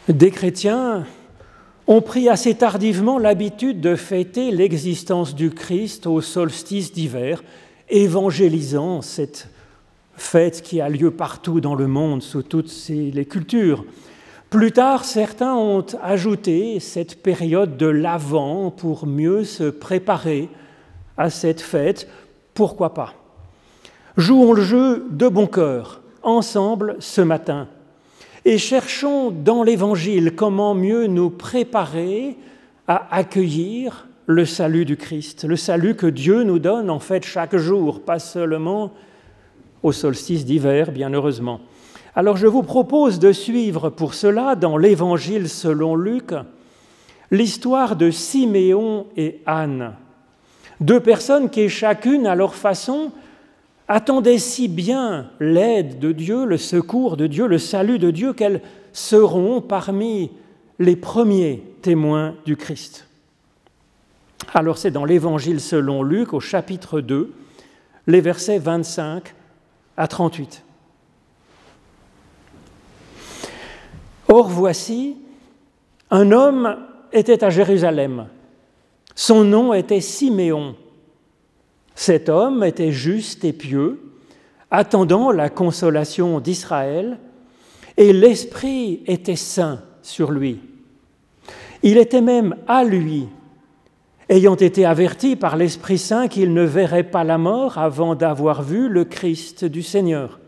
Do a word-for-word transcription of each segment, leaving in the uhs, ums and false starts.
Des chrétiens ont pris assez tardivement l'habitude de fêter l'existence du Christ au solstice d'hiver, évangélisant cette fête qui a lieu partout dans le monde, sous toutes les cultures. Plus tard, certains ont ajouté cette période de l'Avent pour mieux se préparer à cette fête. Pourquoi pas ? Jouons le jeu de bon cœur, ensemble ce matin, et cherchons dans l'Évangile comment mieux nous préparer à accueillir le salut du Christ, le salut que Dieu nous donne en fait chaque jour, pas seulement au solstice d'hiver, bien heureusement. Alors je vous propose de suivre pour cela, dans l'Évangile selon Luc, l'histoire de Siméon et Anne, deux personnes qui, chacune à leur façon, attendaient si bien l'aide de Dieu, le secours de Dieu, le salut de Dieu, qu'elles seront parmi les premiers témoins du Christ. Alors c'est dans l'Évangile selon Luc, au chapitre deux, les versets vingt-cinq à trente-huit. Or voici, un homme était à Jérusalem. Son nom était Siméon. Cet homme était juste et pieux, attendant la consolation d'Israël, et l'Esprit était saint sur lui. Il était même à lui, ayant été averti par l'Esprit Saint qu'il ne verrait pas la mort avant d'avoir vu le Christ du Seigneur.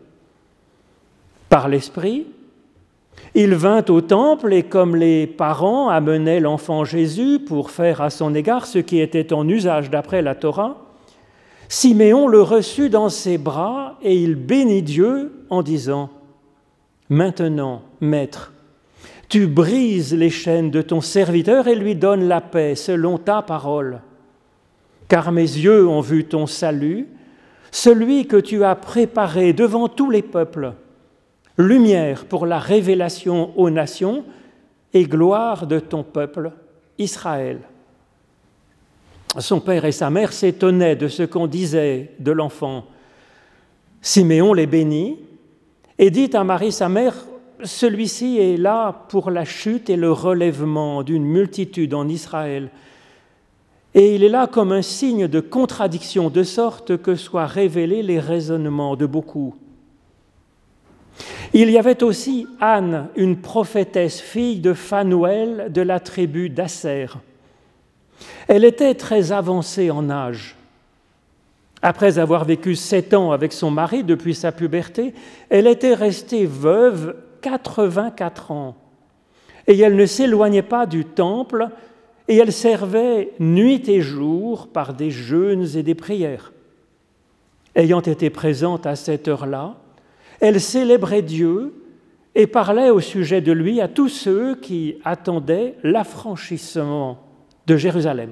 Par l'Esprit, il vint au temple et comme les parents amenaient l'enfant Jésus pour faire à son égard ce qui était en usage d'après la Torah, Siméon le reçut dans ses bras et il bénit Dieu en disant « Maintenant, Maître, tu brises les chaînes de ton serviteur et lui donnes la paix selon ta parole. Car mes yeux ont vu ton salut, celui que tu as préparé devant tous les peuples, lumière pour la révélation aux nations et gloire de ton peuple, Israël. » Son père et sa mère s'étonnaient de ce qu'on disait de l'enfant. Siméon les bénit et dit à Marie, sa mère, « Celui-ci est là pour la chute et le relèvement d'une multitude en Israël. Et il est là comme un signe de contradiction, de sorte que soient révélés les raisonnements de beaucoup. » Il y avait aussi Anne, une prophétesse, fille de Phanuel de la tribu d'Asser. Elle était très avancée en âge. Après avoir vécu sept ans avec son mari depuis sa puberté, elle était restée veuve quatre-vingt-quatre ans. Et elle ne s'éloignait pas du temple, et elle servait nuit et jour par des jeûnes et des prières. Ayant été présente à cette heure-là, elle célébrait Dieu et parlait au sujet de lui à tous ceux qui attendaient l'affranchissement de Jérusalem.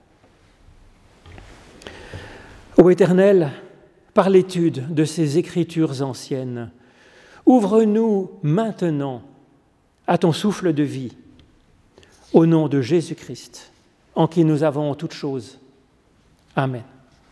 Ô Éternel, par l'étude de ces Écritures anciennes, ouvre-nous maintenant à ton souffle de vie, au nom de Jésus-Christ, en qui nous avons toutes choses. Amen.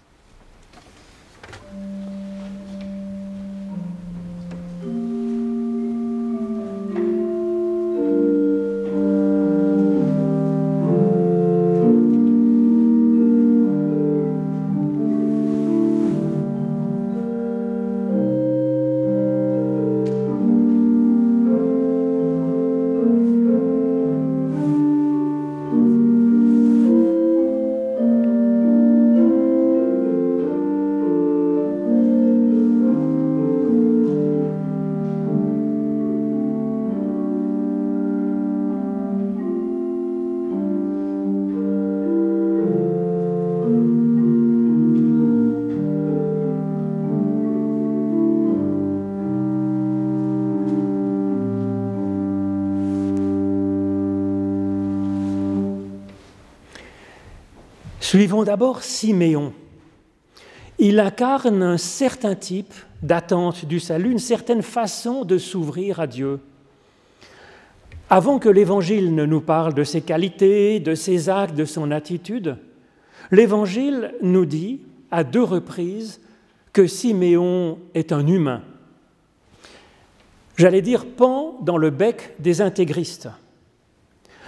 Suivons d'abord Siméon. Il incarne un certain type d'attente du salut, une certaine façon de s'ouvrir à Dieu. Avant que l'Évangile ne nous parle de ses qualités, de ses actes, de son attitude, l'Évangile nous dit à deux reprises que Siméon est un humain. J'allais dire pan dans le bec des intégristes.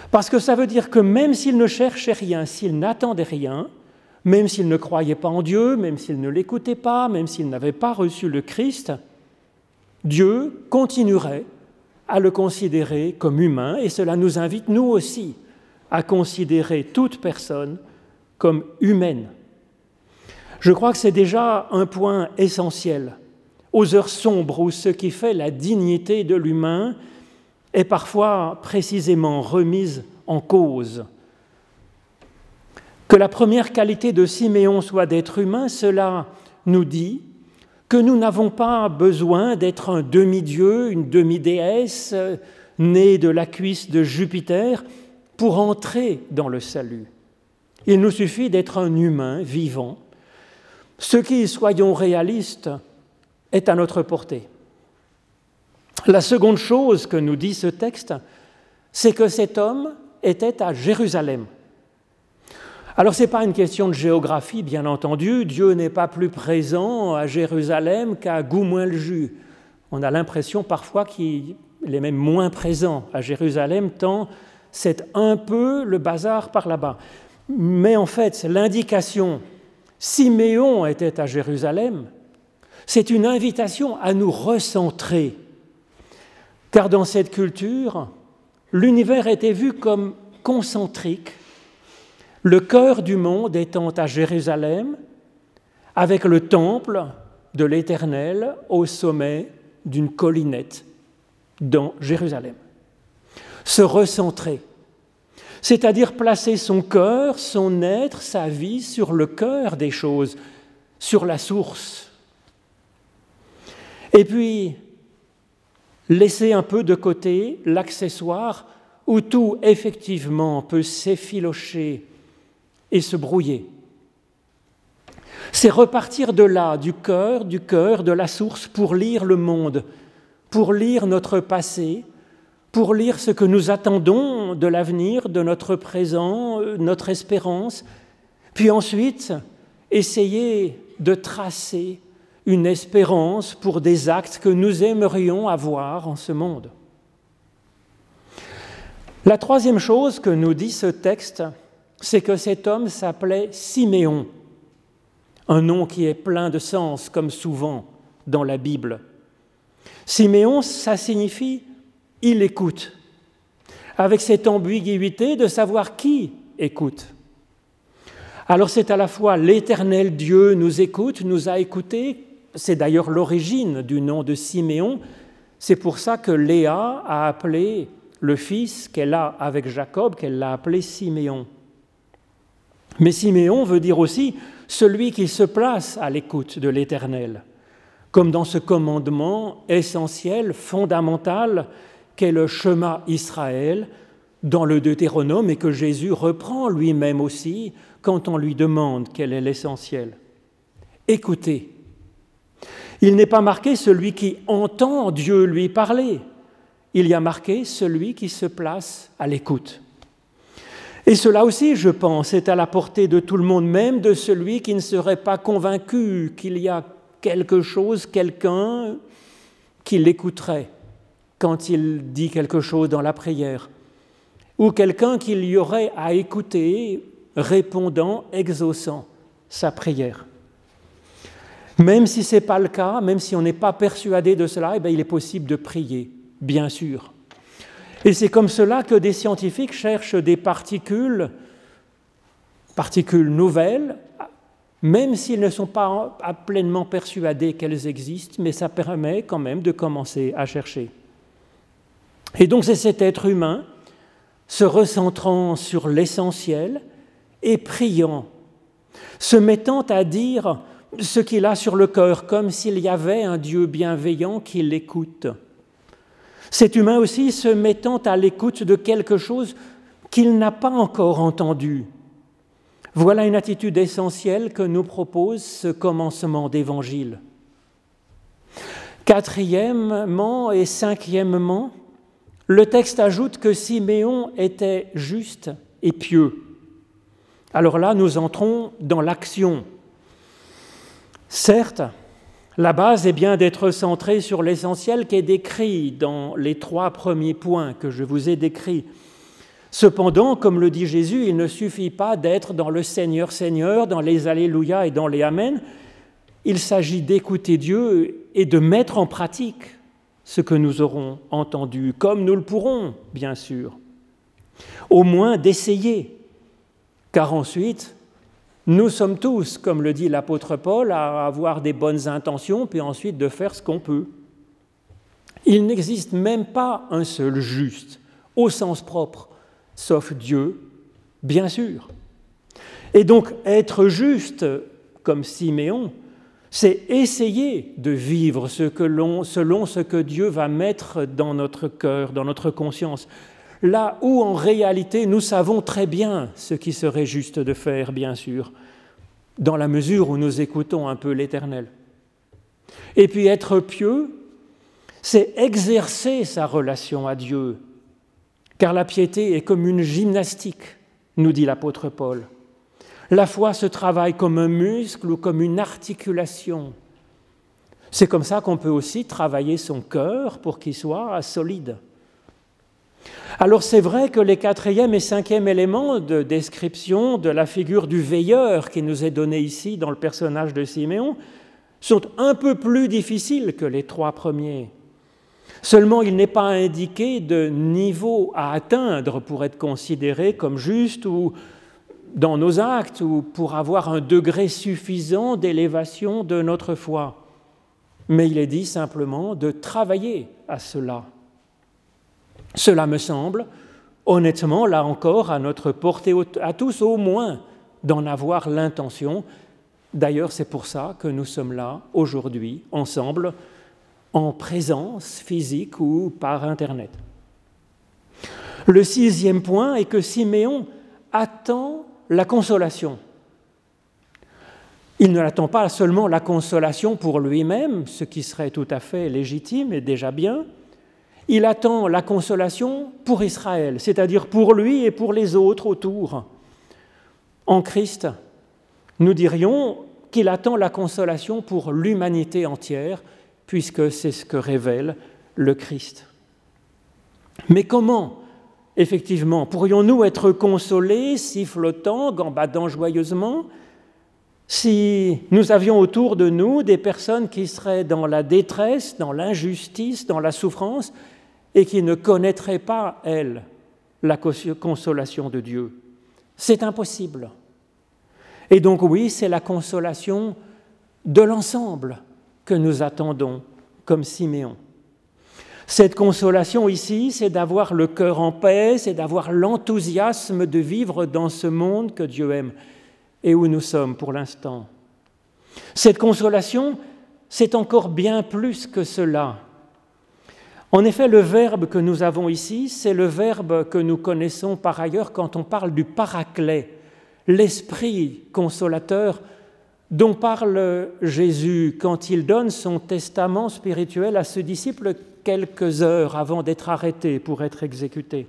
Parce que ça veut dire que même s'il ne cherchait rien, s'il n'attendait rien, même s'il ne croyait pas en Dieu, même s'il ne l'écoutait pas, même s'il n'avait pas reçu le Christ, Dieu continuerait à le considérer comme humain, et cela nous invite, nous aussi, à considérer toute personne comme humaine. Je crois que c'est déjà un point essentiel. Aux heures sombres où ce qui fait la dignité de l'humain est parfois précisément remise en cause. Que la première qualité de Siméon soit d'être humain, cela nous dit que nous n'avons pas besoin d'être un demi-dieu, une demi-déesse, née de la cuisse de Jupiter, pour entrer dans le salut. Il nous suffit d'être un humain vivant, ce qui, soyons réalistes, est à notre portée. La seconde chose que nous dit ce texte, c'est que cet homme était à Jérusalem. Alors, ce n'est pas une question de géographie, bien entendu. Dieu n'est pas plus présent à Jérusalem qu'à Goumoin-le-Jus. On a l'impression parfois qu'il est même moins présent à Jérusalem, tant c'est un peu le bazar par là-bas. Mais en fait, l'indication « Siméon était à Jérusalem », c'est une invitation à nous recentrer. Car dans cette culture, l'univers était vu comme concentrique, le cœur du monde étant à Jérusalem, avec le temple de l'Éternel au sommet d'une collinette dans Jérusalem. Se recentrer, c'est-à-dire placer son cœur, son être, sa vie sur le cœur des choses, sur la source. Et puis, laisser un peu de côté l'accessoire où tout, effectivement, peut s'effilocher et se brouiller. C'est repartir de là, du cœur, du cœur, de la source, pour lire le monde, pour lire notre passé, pour lire ce que nous attendons de l'avenir, de notre présent, notre espérance, puis ensuite essayer de tracer une espérance pour des actes que nous aimerions avoir en ce monde. La troisième chose que nous dit ce texte, c'est que cet homme s'appelait Siméon, un nom qui est plein de sens, comme souvent dans la Bible. Siméon, ça signifie « il écoute », avec cette ambiguïté de savoir qui écoute. Alors c'est à la fois l'Éternel Dieu nous écoute, nous a écoutés, c'est d'ailleurs l'origine du nom de Siméon, c'est pour ça que Léa a appelé le fils qu'elle a avec Jacob, qu'elle l'a appelé Siméon. Mais Siméon veut dire aussi celui qui se place à l'écoute de l'Éternel, comme dans ce commandement essentiel, fondamental, qu'est le Shema Israël dans le Deutéronome et que Jésus reprend lui-même aussi quand on lui demande quel est l'essentiel. Écoutez. Il n'est pas marqué celui qui entend Dieu lui parler, il y a marqué celui qui se place à l'écoute. Et cela aussi, je pense, est à la portée de tout le monde, même de celui qui ne serait pas convaincu qu'il y a quelque chose, quelqu'un qui l'écouterait quand il dit quelque chose dans la prière, ou quelqu'un qu'il y aurait à écouter, répondant, exaucant sa prière. Même si ce n'est pas le cas, même si on n'est pas persuadé de cela, eh bien, il est possible de prier, bien sûr. Et c'est comme cela que des scientifiques cherchent des particules, particules nouvelles, même s'ils ne sont pas pleinement persuadés qu'elles existent, mais ça permet quand même de commencer à chercher. Et donc c'est cet être humain, se recentrant sur l'essentiel et priant, se mettant à dire ce qu'il a sur le cœur, comme s'il y avait un Dieu bienveillant qui l'écoute. Cet humain aussi se mettant à l'écoute de quelque chose qu'il n'a pas encore entendu. Voilà une attitude essentielle que nous propose ce commencement d'évangile. Quatrièmement et cinquièmement, le texte ajoute que Siméon était juste et pieux. Alors là, nous entrons dans l'action. Certes, la base est bien d'être centré sur l'essentiel qui est décrit dans les trois premiers points que je vous ai décrits. Cependant, comme le dit Jésus, il ne suffit pas d'être dans le Seigneur, Seigneur, dans les Alléluia et dans les Amen. Il s'agit d'écouter Dieu et de mettre en pratique ce que nous aurons entendu, comme nous le pourrons, bien sûr. Au moins d'essayer, car ensuite, nous sommes tous, comme le dit l'apôtre Paul, à avoir des bonnes intentions, puis ensuite de faire ce qu'on peut. Il n'existe même pas un seul juste, au sens propre, sauf Dieu, bien sûr. Et donc, être juste, comme Siméon, c'est essayer de vivre ce que l'on, selon ce que Dieu va mettre dans notre cœur, dans notre conscience, là où en réalité nous savons très bien ce qui serait juste de faire, bien sûr, dans la mesure où nous écoutons un peu l'Éternel. Et puis être pieux, c'est exercer sa relation à Dieu, car la piété est comme une gymnastique, nous dit l'apôtre Paul. La foi se travaille comme un muscle ou comme une articulation. C'est comme ça qu'on peut aussi travailler son cœur pour qu'il soit solide. Alors c'est vrai que les quatrième et cinquième éléments de description de la figure du veilleur qui nous est donnée ici dans le personnage de Siméon sont un peu plus difficiles que les trois premiers. Seulement, il n'est pas indiqué de niveau à atteindre pour être considéré comme juste ou dans nos actes ou pour avoir un degré suffisant d'élévation de notre foi. Mais il est dit simplement de travailler à cela. Cela me semble, honnêtement, là encore, à notre portée à tous, au moins, d'en avoir l'intention. D'ailleurs, c'est pour ça que nous sommes là, aujourd'hui, ensemble, en présence physique ou par Internet. Le sixième point est que Siméon attend la consolation. Il ne l'attend pas seulement la consolation pour lui-même, ce qui serait tout à fait légitime et déjà bien. Il attend la consolation pour Israël, c'est-à-dire pour lui et pour les autres autour. En Christ, nous dirions qu'il attend la consolation pour l'humanité entière, puisque c'est ce que révèle le Christ. Mais comment, effectivement, pourrions-nous être consolés, sifflotant, gambadant joyeusement, si nous avions autour de nous des personnes qui seraient dans la détresse, dans l'injustice, dans la souffrance, et qui ne connaîtraient pas, elles, la consolation de Dieu? C'est impossible. Et donc oui, c'est la consolation de l'ensemble que nous attendons, comme Siméon. Cette consolation ici, c'est d'avoir le cœur en paix, c'est d'avoir l'enthousiasme de vivre dans ce monde que Dieu aime et où nous sommes pour l'instant. Cette consolation, c'est encore bien plus que cela. En effet, le verbe que nous avons ici, c'est le verbe que nous connaissons par ailleurs quand on parle du paraclet, l'esprit consolateur dont parle Jésus quand il donne son testament spirituel à ce disciple quelques heures avant d'être arrêté pour être exécuté.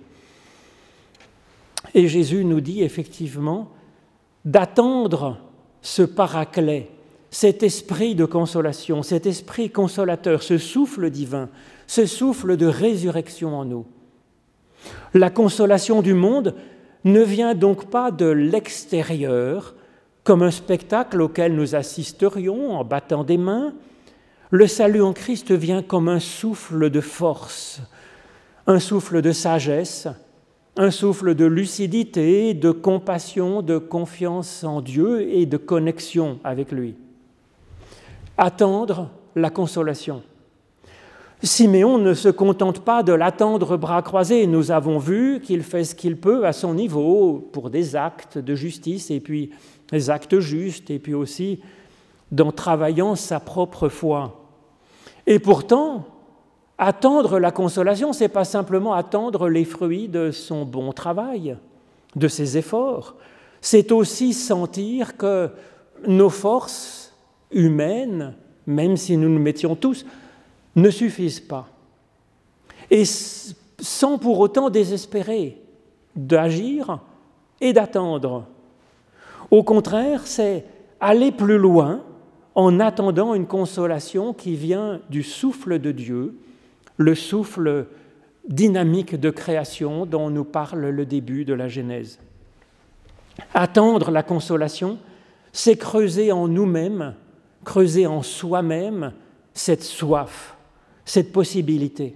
Et Jésus nous dit effectivement d'attendre ce paraclet, cet esprit de consolation, cet esprit consolateur, ce souffle divin, ce souffle de résurrection en nous. La consolation du monde ne vient donc pas de l'extérieur, comme un spectacle auquel nous assisterions en battant des mains. Le salut en Christ vient comme un souffle de force, un souffle de sagesse, un souffle de lucidité, de compassion, de confiance en Dieu et de connexion avec lui. Attendre la consolation. Siméon ne se contente pas de l'attendre bras croisés. Nous avons vu qu'il fait ce qu'il peut à son niveau pour des actes de justice et puis des actes justes et puis aussi dans travaillant sa propre foi. Et pourtant, attendre la consolation, ce n'est pas simplement attendre les fruits de son bon travail, de ses efforts. C'est aussi sentir que nos forces humaines, même si nous nous mettions tous, ne suffisent pas. Et sans pour autant désespérer d'agir et d'attendre. Au contraire, c'est aller plus loin en attendant une consolation qui vient du souffle de Dieu, le souffle dynamique de création dont nous parle le début de la Genèse. Attendre la consolation, c'est creuser en nous-mêmes, creuser en soi-même cette soif, cette possibilité.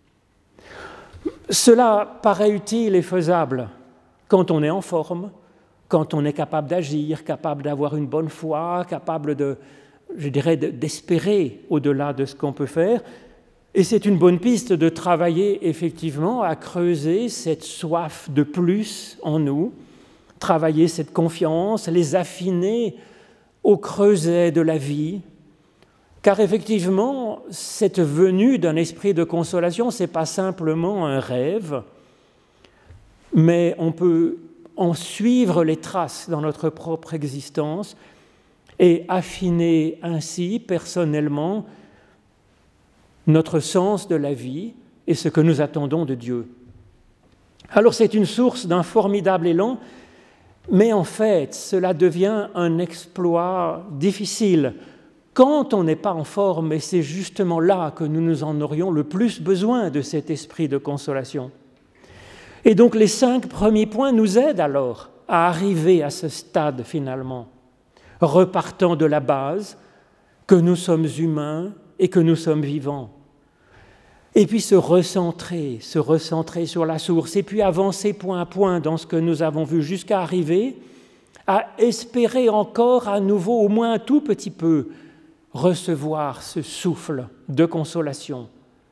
Cela paraît utile et faisable quand on est en forme, quand on est capable d'agir, capable d'avoir une bonne foi, capable de, je dirais, d'espérer au-delà de ce qu'on peut faire. Et c'est une bonne piste de travailler effectivement à creuser cette soif de plus en nous, travailler cette confiance, les affiner au creuset de la vie. Car effectivement, cette venue d'un esprit de consolation, ce n'est pas simplement un rêve, mais on peut en suivre les traces dans notre propre existence et affiner ainsi personnellement notre sens de la vie et ce que nous attendons de Dieu. Alors c'est une source d'un formidable élan, mais en fait, cela devient un exploit difficile quand on n'est pas en forme, et c'est justement là que nous nous en aurions le plus besoin de cet esprit de consolation. Et donc les cinq premiers points nous aident alors à arriver à ce stade finalement, repartant de la base que nous sommes humains et que nous sommes vivants. Et puis se recentrer, se recentrer sur la source, et puis avancer point à point dans ce que nous avons vu jusqu'à arriver à espérer encore à nouveau, au moins un tout petit peu, recevoir ce souffle de consolation.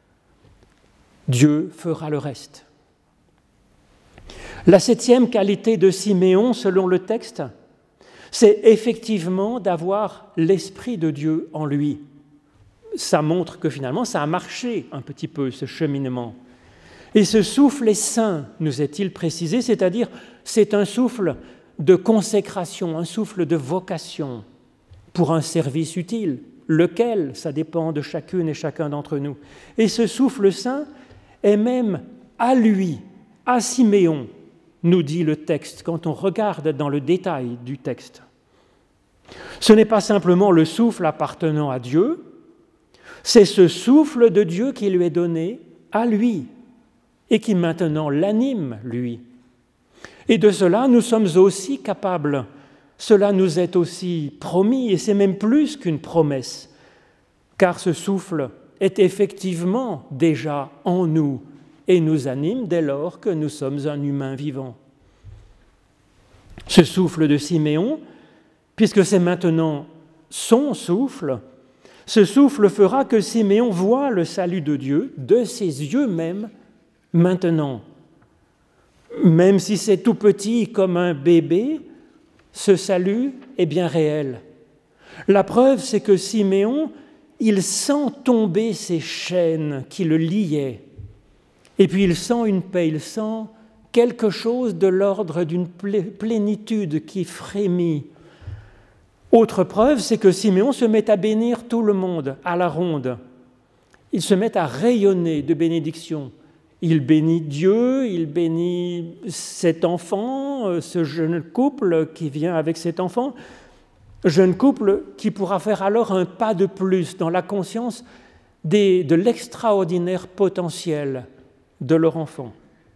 Dieu fera le reste. La septième qualité de Siméon, selon le texte, c'est effectivement d'avoir l'Esprit de Dieu en lui. Ça montre que finalement, ça a marché un petit peu, ce cheminement. Et ce souffle est saint, nous est-il précisé, c'est-à-dire c'est un souffle de consécration, un souffle de vocation pour un service utile. Lequel, ça dépend de chacune et chacun d'entre nous. Et ce souffle saint est même à lui, à Siméon, nous dit le texte, quand on regarde dans le détail du texte. Ce n'est pas simplement le souffle appartenant à Dieu, c'est ce souffle de Dieu qui lui est donné à lui et qui maintenant l'anime, lui. Et de cela, nous sommes aussi capables. Cela nous est aussi promis, et c'est même plus qu'une promesse, car ce souffle est effectivement déjà en nous et nous anime dès lors que nous sommes un humain vivant. Ce souffle de Siméon, puisque c'est maintenant son souffle, ce souffle fera que Siméon voit le salut de Dieu de ses yeux même maintenant. Même si c'est tout petit comme un bébé, ce salut est bien réel. La preuve, c'est que Siméon, il sent tomber ces chaînes qui le liaient. Et puis il sent une paix, il sent quelque chose de l'ordre d'une plénitude qui frémit. Autre preuve, c'est que Siméon se met à bénir tout le monde à la ronde. Il se met à rayonner de bénédiction. Il bénit Dieu, il bénit cet enfant, ce jeune couple qui vient avec cet enfant, jeune couple qui pourra faire alors un pas de plus dans la conscience des, de l'extraordinaire potentiel de leur enfant.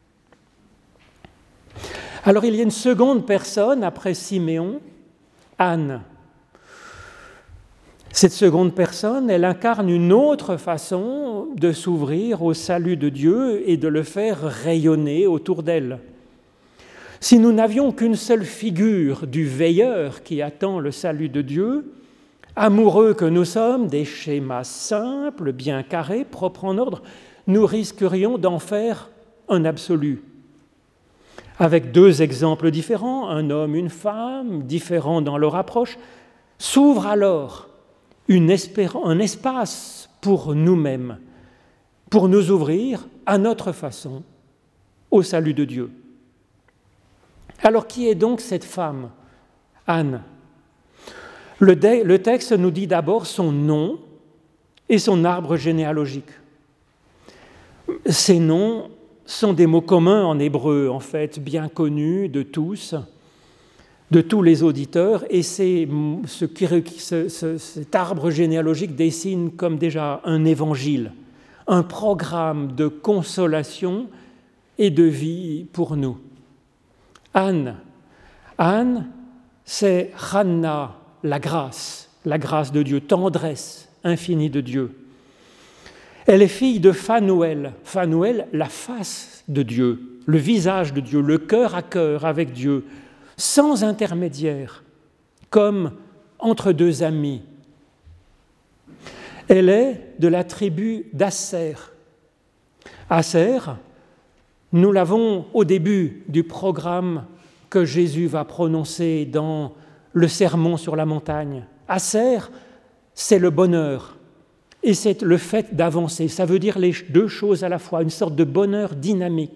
Alors il y a une seconde personne après Siméon, Anne. Cette seconde personne, elle incarne une autre façon de s'ouvrir au salut de Dieu et de le faire rayonner autour d'elle. Si nous n'avions qu'une seule figure du veilleur qui attend le salut de Dieu, amoureux que nous sommes des schémas simples, bien carrés, propres en ordre, nous risquerions d'en faire un absolu. Avec deux exemples différents, un homme, une femme, différents dans leur approche, s'ouvre alors Une espér- un espace pour nous-mêmes, pour nous ouvrir à notre façon au salut de Dieu. Alors qui est donc cette femme, Anne ? Le, de- le texte nous dit d'abord son nom et son arbre généalogique. Ces noms sont des mots communs en hébreu, en fait, bien connus de tous, de tous les auditeurs, et c'est ce qui, ce, ce, cet arbre généalogique dessine comme déjà un évangile, un programme de consolation et de vie pour nous. Anne, Anne, c'est Hanna, la grâce, la grâce de Dieu, tendresse infinie de Dieu. Elle est fille de Phanuel, Phanuel, la face de Dieu, le visage de Dieu, le cœur à cœur avec Dieu, sans intermédiaire, comme entre deux amis. Elle est de la tribu d'Asser. Asser, nous l'avons au début du programme que Jésus va prononcer dans le sermon sur la montagne. Asser, c'est le bonheur et c'est le fait d'avancer. Ça veut dire les deux choses à la fois, une sorte de bonheur dynamique.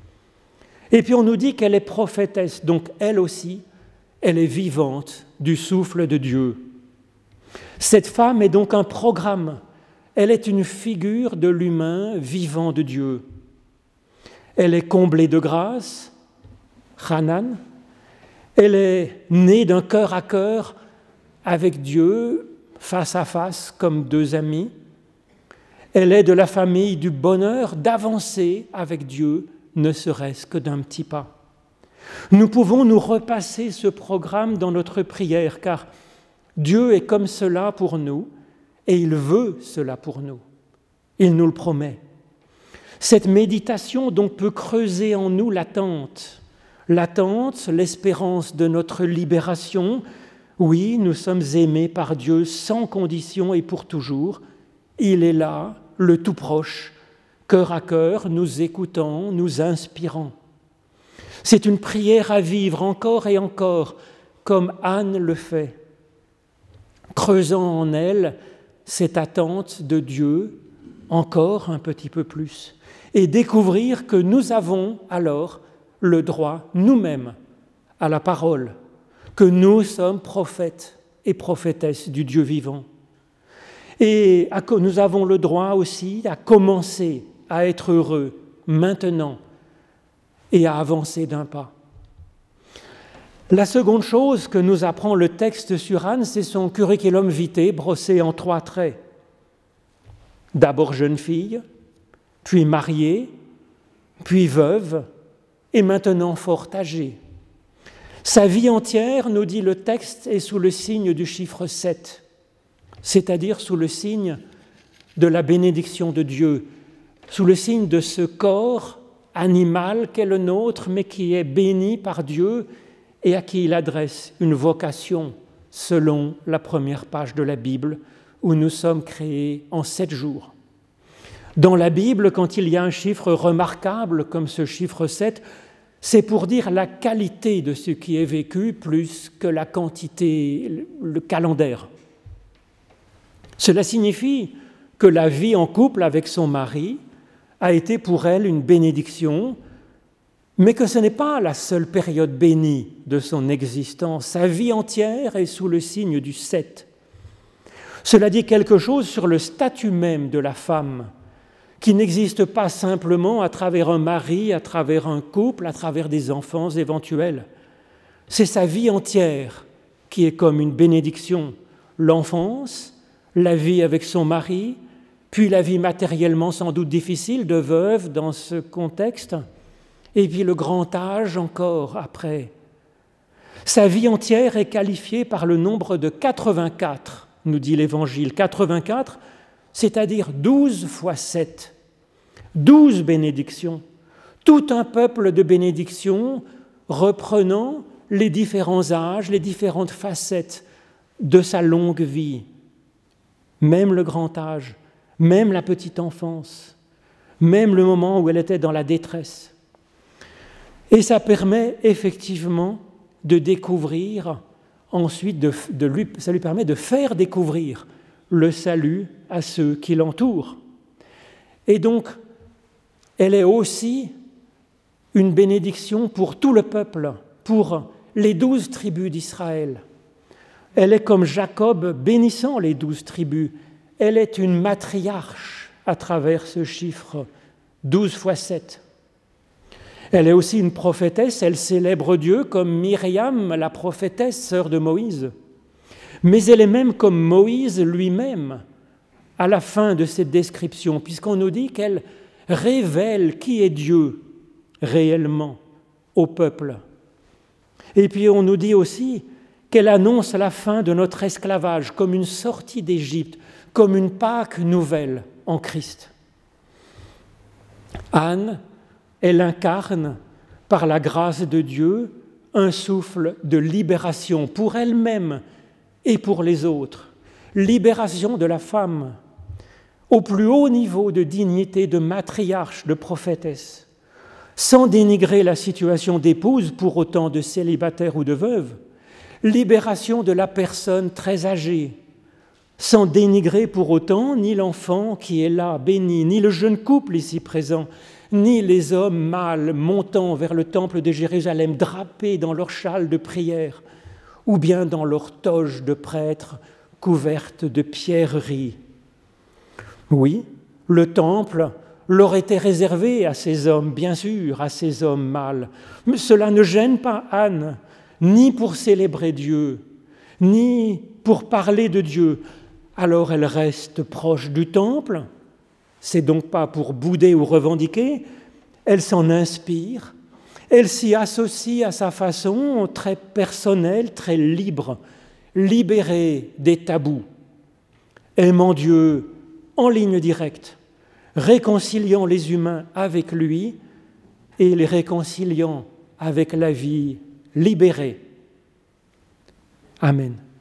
Et puis on nous dit qu'elle est prophétesse, donc elle aussi, elle est vivante du souffle de Dieu. Cette femme est donc un programme. Elle est une figure de l'humain vivant de Dieu. Elle est comblée de grâce, Hanan. Elle est née d'un cœur à cœur avec Dieu, face à face, comme deux amis. Elle est de la famille du bonheur d'avancer avec Dieu, ne serait-ce que d'un petit pas. Nous pouvons nous repasser ce programme dans notre prière, car Dieu est comme cela pour nous, et il veut cela pour nous. Il nous le promet. Cette méditation donc peut creuser en nous l'attente, l'attente, l'espérance de notre libération. Oui, nous sommes aimés par Dieu sans condition et pour toujours. Il est là, le tout proche, cœur à cœur, nous écoutant, nous inspirant. C'est une prière à vivre encore et encore, comme Anne le fait, creusant en elle cette attente de Dieu encore un petit peu plus, et découvrir que nous avons alors le droit nous-mêmes à la parole, que nous sommes prophètes et prophétesses du Dieu vivant. Et nous avons le droit aussi à commencer à être heureux maintenant et à avancer d'un pas. La seconde chose que nous apprend le texte sur Anne, c'est son curriculum vitae brossé en trois traits. D'abord jeune fille, puis mariée, puis veuve, et maintenant fort âgée. Sa vie entière, nous dit le texte, est sous le signe du chiffre sept, c'est-à-dire sous le signe de la bénédiction de Dieu, sous le signe de ce corps animal qu'est le nôtre, mais qui est béni par Dieu et à qui il adresse une vocation selon la première page de la Bible, où nous sommes créés en sept jours. Dans la Bible, quand il y a un chiffre remarquable comme ce chiffre sept, c'est pour dire la qualité de ce qui est vécu plus que la quantité, le calendaire. Cela signifie que la vie en couple avec son mari a été pour elle une bénédiction, mais que ce n'est pas la seule période bénie de son existence. Sa vie entière est sous le signe du sept. Cela dit quelque chose sur le statut même de la femme, qui n'existe pas simplement à travers un mari, à travers un couple, à travers des enfants éventuels. C'est sa vie entière qui est comme une bénédiction. L'enfance, la vie avec son mari, puis la vie matériellement sans doute difficile de veuve dans ce contexte, et puis le grand âge encore après. Sa vie entière est qualifiée par le nombre de quatre-vingt-quatre, nous dit l'Évangile. quatre-vingt-quatre, c'est-à-dire douze fois sept. douze bénédictions. Tout un peuple de bénédictions reprenant les différents âges, les différentes facettes de sa longue vie. Même le grand âge, même la petite enfance, même le moment où elle était dans la détresse. Et ça permet effectivement de découvrir, ensuite, de, de lui, ça lui permet de faire découvrir le salut à ceux qui l'entourent. Et donc, elle est aussi une bénédiction pour tout le peuple, pour les douze tribus d'Israël. Elle est comme Jacob bénissant les douze tribus. Elle est une matriarche à travers ce chiffre, douze fois sept. Elle est aussi une prophétesse, elle célèbre Dieu comme Myriam, la prophétesse, sœur de Moïse. Mais elle est même comme Moïse lui-même, à la fin de cette description, puisqu'on nous dit qu'elle révèle qui est Dieu réellement au peuple. Et puis on nous dit aussi qu'elle annonce la fin de notre esclavage comme une sortie d'Égypte, comme une Pâque nouvelle en Christ. Anne, elle incarne, par la grâce de Dieu, un souffle de libération pour elle-même et pour les autres. Libération de la femme, au plus haut niveau de dignité de matriarche, de prophétesse, sans dénigrer la situation d'épouse pour autant de célibataire ou de veuve. Libération de la personne très âgée, sans dénigrer pour autant ni l'enfant qui est là, béni, ni le jeune couple ici présent, ni les hommes mâles montant vers le temple de Jérusalem, drapés dans leur châle de prière, ou bien dans leur toge de prêtre couverte de pierreries. Oui, le temple leur était réservé à ces hommes, bien sûr, à ces hommes mâles. Mais cela ne gêne pas Anne, ni pour célébrer Dieu, ni pour parler de Dieu. Alors elle reste proche du temple, c'est donc pas pour bouder ou revendiquer, elle s'en inspire, elle s'y associe à sa façon très personnelle, très libre, libérée des tabous, aimant Dieu en ligne directe, réconciliant les humains avec lui et les réconciliant avec la vie libérée. Amen.